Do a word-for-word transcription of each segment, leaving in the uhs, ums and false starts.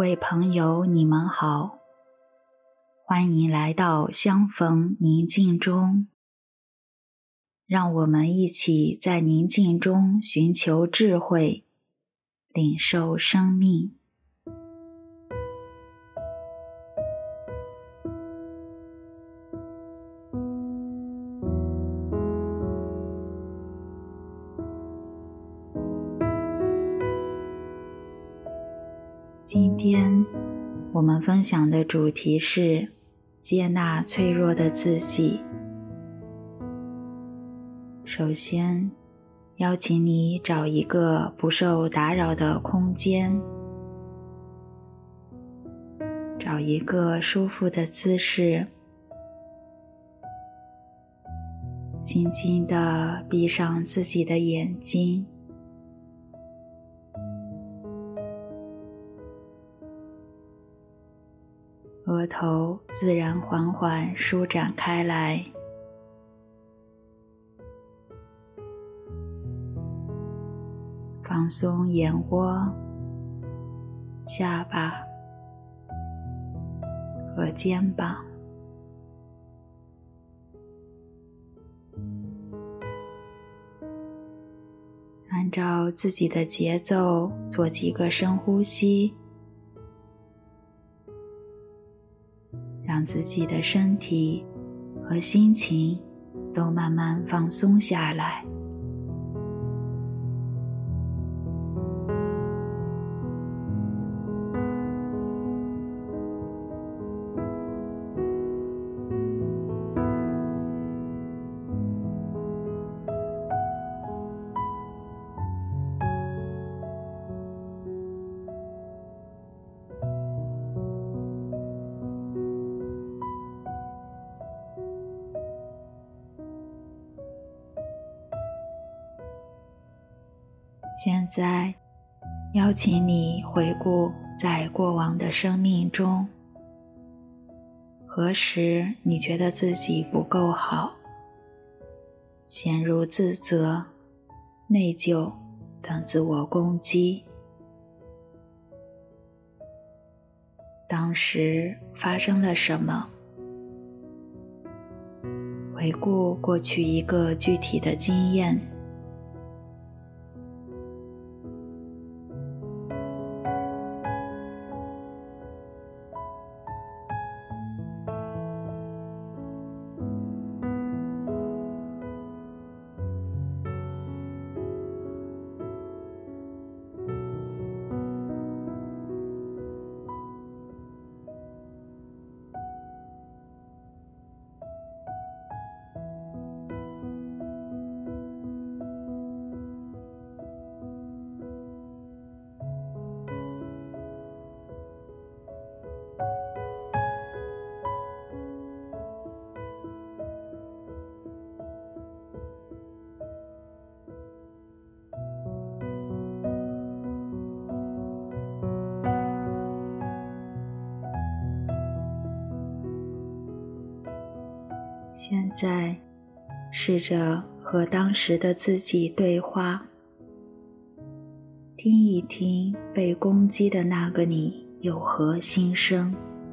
位朋友，你们好，欢迎来到相逢宁静中。让我们一起在宁静中寻求智慧，领受生命。今天我们分享的主题是接纳脆弱的自己。首先，邀请你找一个不受打扰的空间，找一个舒服的姿势，轻轻地闭上自己的眼睛。额头自然缓缓舒展开来，放松眼窝、下巴和肩膀，按照自己的节奏做几个深呼吸，让自己的身体和心情都慢慢放松下来。现在，邀请你回顾在过往的生命中，何时你觉得自己不够好，陷入自责、内疚等自我攻击？当时发生了什么？回顾过去一个具体的经验。现在，试着和当时的自己对话，听一听被攻击的那个你有何心声。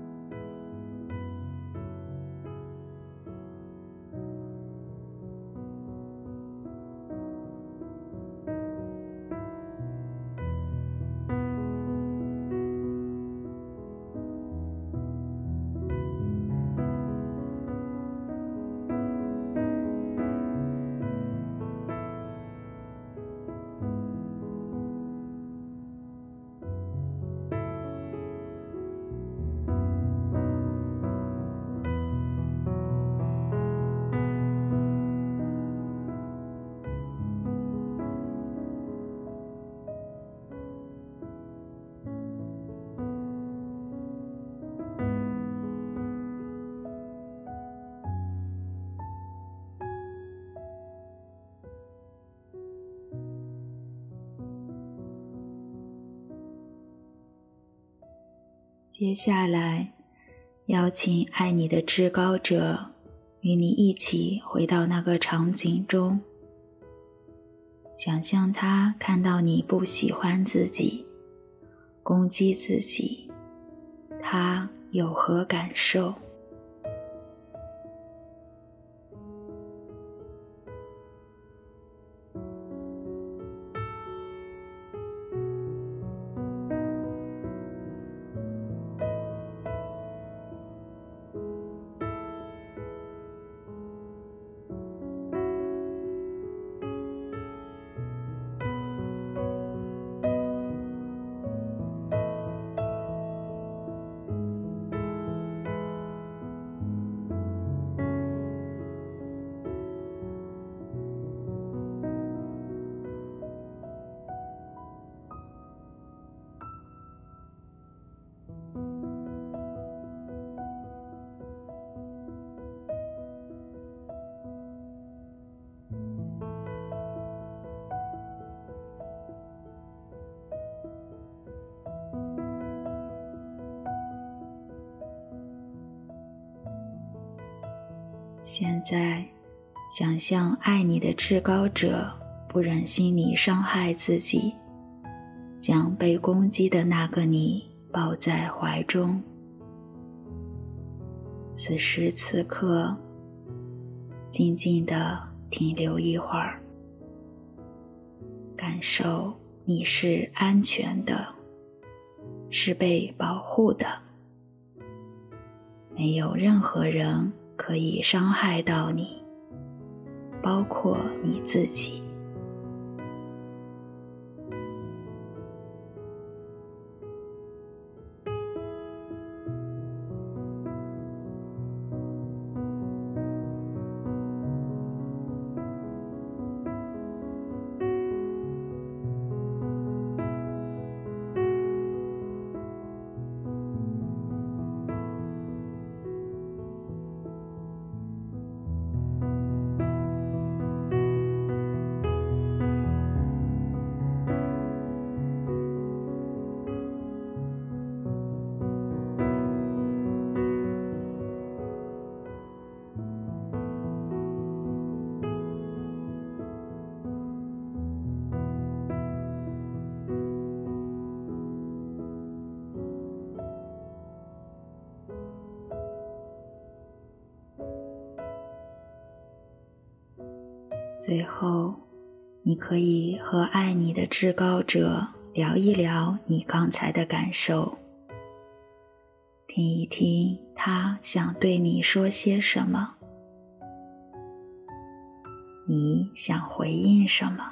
接下来，邀请爱你的至高者与你一起回到那个场景中，想象他看到你不喜欢自己，攻击自己， 他有何感受？现在，想象爱你的至高者不忍心你伤害自己，将被攻击的那个你抱在怀中。此时此刻，静静地停留一会儿，感受你是安全的，是被保护的，没有任何人可以伤害到你，包括你自己。最后，你可以和爱你的至高者聊一聊你刚才的感受，听一听他想对你说些什么，你想回应什么。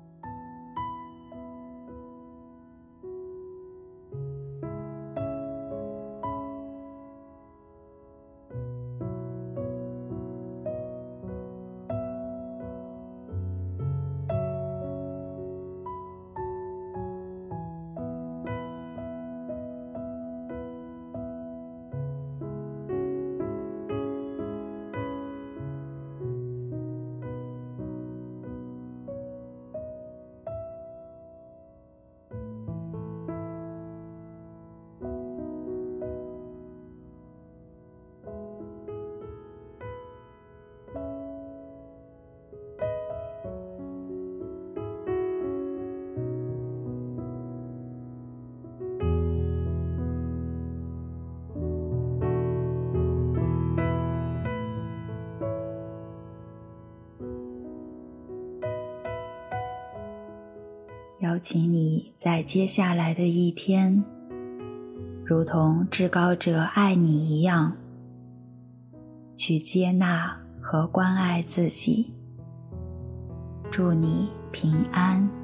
邀请你在接下来的一天，如同至高者爱你一样，去接纳和关爱自己。祝你平安。